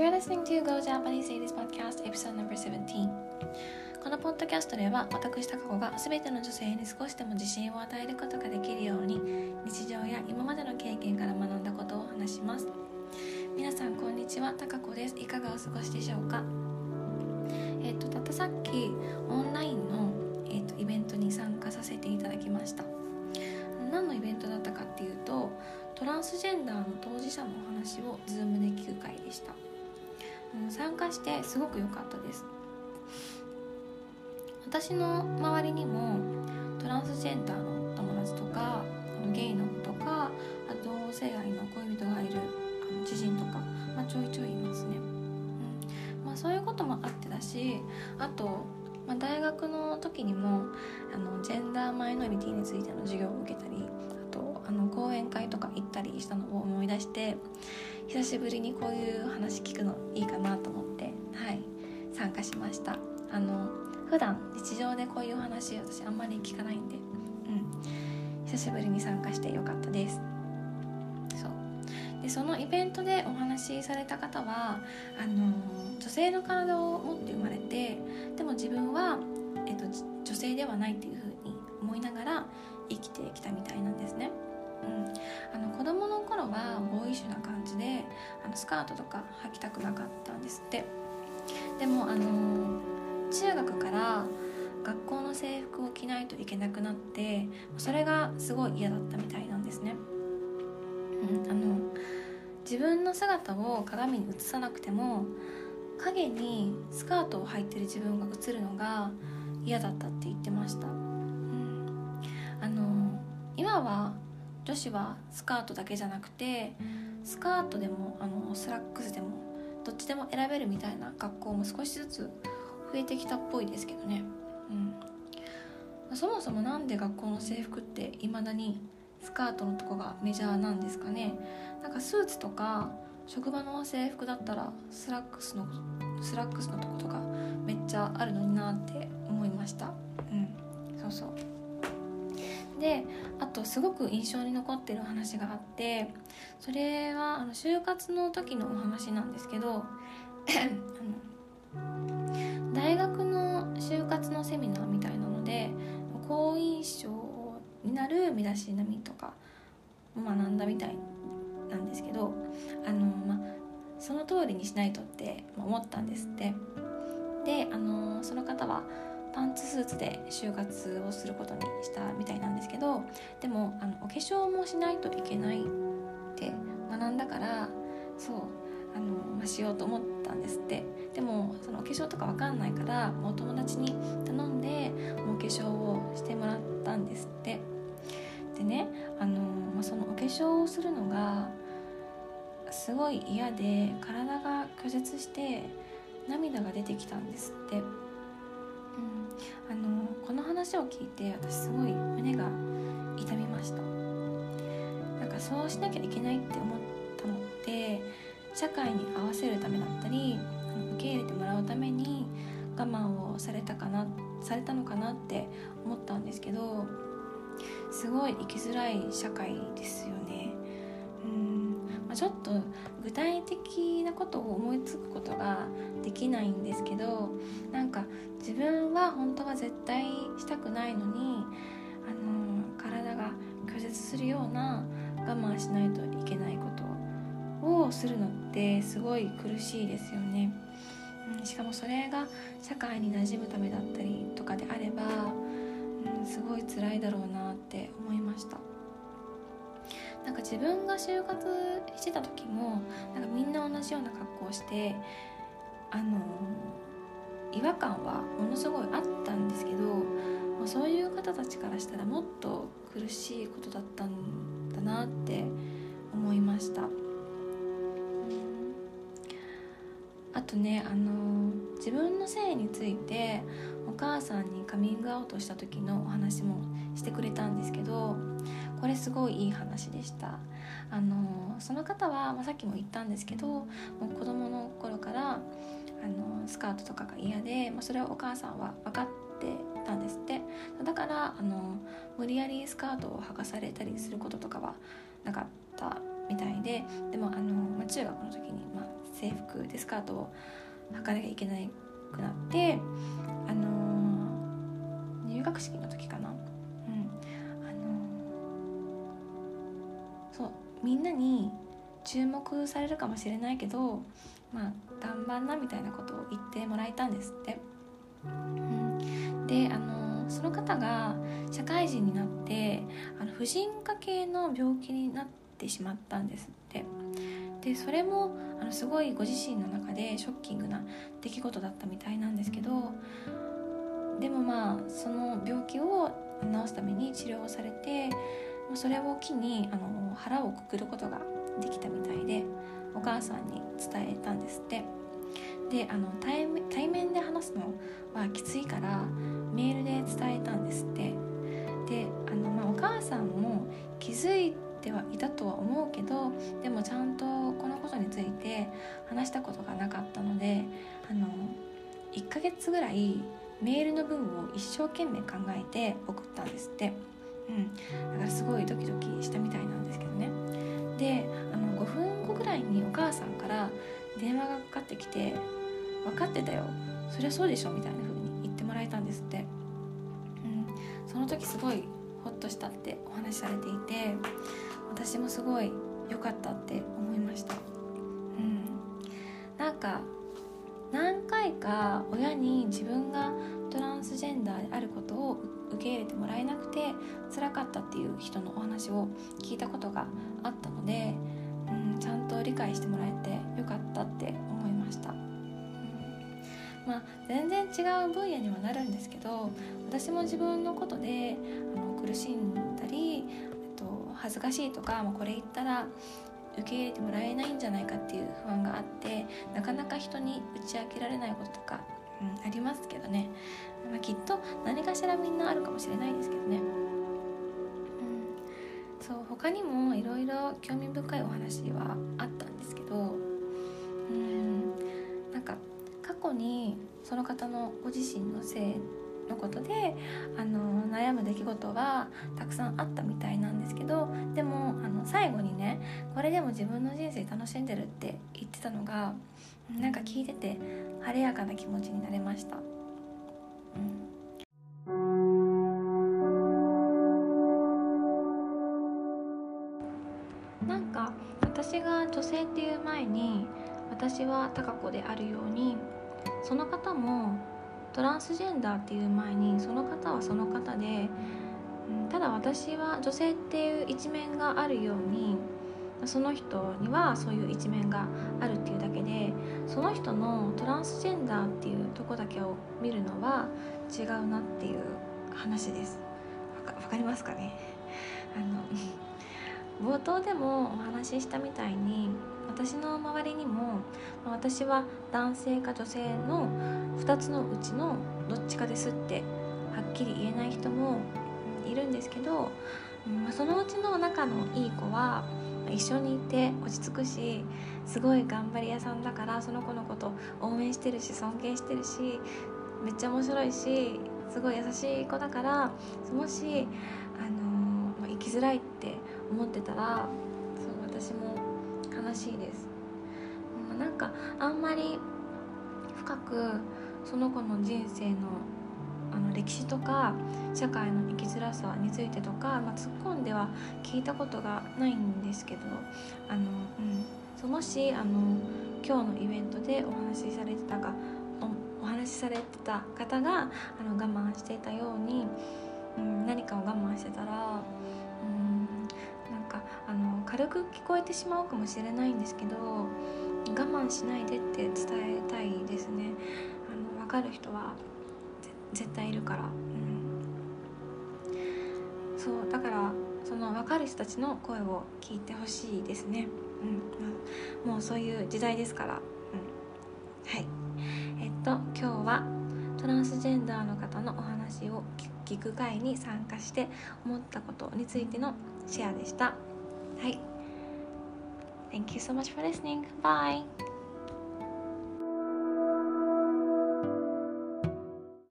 You're listening to Go Japanese Ladies Podcast Episode No.17。 このポッドキャストでは私タカ子が全ての女性に少しでも自信を与えることができるように日常や今までの経験から学んだことを話します。皆さんこんにちは、タカ子です。いかがお過ごしでしょうか。たったさっきオンラインの、イベントに参加させていただきました。何のイベントだったかっていうと、トランスジェンダーの当事者のお話を Zoom で聞く会でした。参加してすごく良かったです。私の周りにもトランスジェンダーの友達とかゲイの子とか、あと同性愛の恋人がいる知人とか、ちょいちょいいますね。そういうこともあってだし、あと、大学の時にもジェンダーマイノリティについての授業を受けたり、あと講演会とか行ったりしたのを思い出して、久しぶりにこういう話聞くのいいかなと思って、参加しました。普段日常でこういう話私あんまり聞かないんで、久しぶりに参加してよかったです。そのイベントでお話しされた方は女性の体を持って生まれて、でも自分は、女性ではないっていう風に思いながら生きてきたみたいなんですね。子供の頃はボーイッシュな感じでスカートとか履きたくなかったんですって。でも中学から学校の制服を着ないといけなくなって、それがすごい嫌だったみたいなんですね。自分の姿を鏡に映さなくても影にスカートを履いてる自分が映るのが嫌だったって言ってました。今は女子はスカートだけじゃなくてスカートでもスラックスでもどっちでも選べるみたいな学校も少しずつ増えてきたっぽいですけどね。そもそもなんで学校の制服って未だにスカートのとこがメジャーなんですかね。スーツとか職場の制服だったらスラックスのとことかめっちゃあるのになって思いました。で、あとすごく印象に残ってる話があって、それは就活の時のお話なんですけど大学の就活のセミナーみたいなので好印象になる身だしなみとか学んだみたいなんですけど、その通りにしないとって思ったんですって。で、その方はパンツスーツで就活をすることにしたみたいなんですけど、でもお化粧もしないといけないって学んだから、しようと思ったんですって。でもそのお化粧とかわかんないからお友達に頼んでお化粧をしてもらったんですって。でね、そのお化粧をするのがすごい嫌で体が拒絶して涙が出てきたんですって。この話を聞いて私すごい胸が痛みました。そうしなきゃいけないって思ったのって社会に合わせるためだったり受け入れてもらうために我慢をされたのかなって思ったんですけど、すごい生きづらい社会ですよね。ちょっと具体的なことを思いつくことができないんですけど、自分は本当は絶対したくないのに体が拒絶するような我慢しないといけないことをするのってすごい苦しいですよね。しかもそれが社会に馴染むためだったりとかであれば、すごい辛いだろうなって思いました。自分が就活してた時もみんな同じような格好をして違和感はものすごいあったんですけど、そういう方たちからしたらもっと苦しいことだったんだなって思いました。あとね、自分の性についてお母さんにカミングアウトした時のお話もしてくれたんですけど、これすごいいい話でした。その方は、さっきも言ったんですけど、もう子供の頃からスカートとかが嫌で、それをお母さんは分かってたたんですって。だから無理やりスカートを剥がされたりすることとかはなかったみたいで、でも中学の時に、制服でスカートを履かなきゃいけなくなって、入学式の時かな、そうみんなに注目されるかもしれないけど、頑張んなみたいなことを言ってもらえたんですって。でその方が社会人になって婦人科系の病気になってしまったんですって。でそれもすごいご自身の中でショッキングな出来事だったみたいなんですけど、でもその病気を治すために治療をされて、それを機に腹をくくることができたみたいで、お母さんに伝えたんですって。で対面で話すのはきついからメールで伝えたんですって。でお母さんも気づいてはいたとは思うけど、でもちゃんとこのことについて話したことがなかったので1ヶ月ぐらいメールの文を一生懸命考えて送ったんですって。だからすごいドキドキしたみたいなんですけどね。で5分後ぐらいにお母さんから電話がかかってきて、分かってたよ、そりゃそうでしょみたいな風に言ってもらえたんですって。その時すごいホッとしたってお話しされていて、私もすごい良かったって思いました。なんか何回か親に自分がトランスジェンダーであることを受け入れてもらえなくて辛かったっていう人のお話を聞いたことがあったので、ちゃんと理解してもらえてよかったって思いました。全然違う分野にはなるんですけど、私も自分のことで苦しんだり恥ずかしいとか、これ言ったら受け入れてもらえないんじゃないかっていう不安があって、なかなか人に打ち明けられないこととか、ありますけどね、きっと何かしらみんなあるかもしれないですけどね。そう他にもいろいろ興味深いお話はあったんですけど、なんか過去にその方のご自身の性のことで悩む出来事はたくさんあったみたいなんですけど、でも最後にね、これでも自分の人生楽しんでるって言ってたのが、なんか聞いてて晴れやかな気持ちになれました。なんか私が女性っていう前に私は高子であるように、その方もトランスジェンダーっていう前にその方はその方で、ただ私は女性っていう一面があるように、その人にはそういう一面があるっていうだけで、その人のトランスジェンダーっていうとこだけを見るのは違うなっていう話です。わかりますかね。冒頭でもお話ししたみたいに、私の周りにも私は男性か女性の2つのうちのどっちかですってはっきり言えない人もいるんですけど、そのうちの仲のいい子は一緒にいて落ち着くし、すごい頑張り屋さんだからその子のこと応援してるし尊敬してるし、めっちゃ面白いしすごい優しい子だから、もし生きづらいって思ってたら、私も悲しいです。なんかあんまり深くその子の人生の歴史とか社会の生きづらさについてとか、突っ込んでは聞いたことがないんですけど、もし今日のイベントでお話しされてた方が我慢していたように、何かを我慢してたら、なんか軽く聞こえてしまうかもしれないんですけど、我慢しないでって伝えたいですね。分かる人は絶対いるから、そうだからその分かる人たちの声を聞いてほしいですね。もうそういう時代ですから、はい。今日はトランスジェンダーの方のお話を聞く会に参加して思ったことについてのシェアでした。はい。Thank you so much for listening. Bye.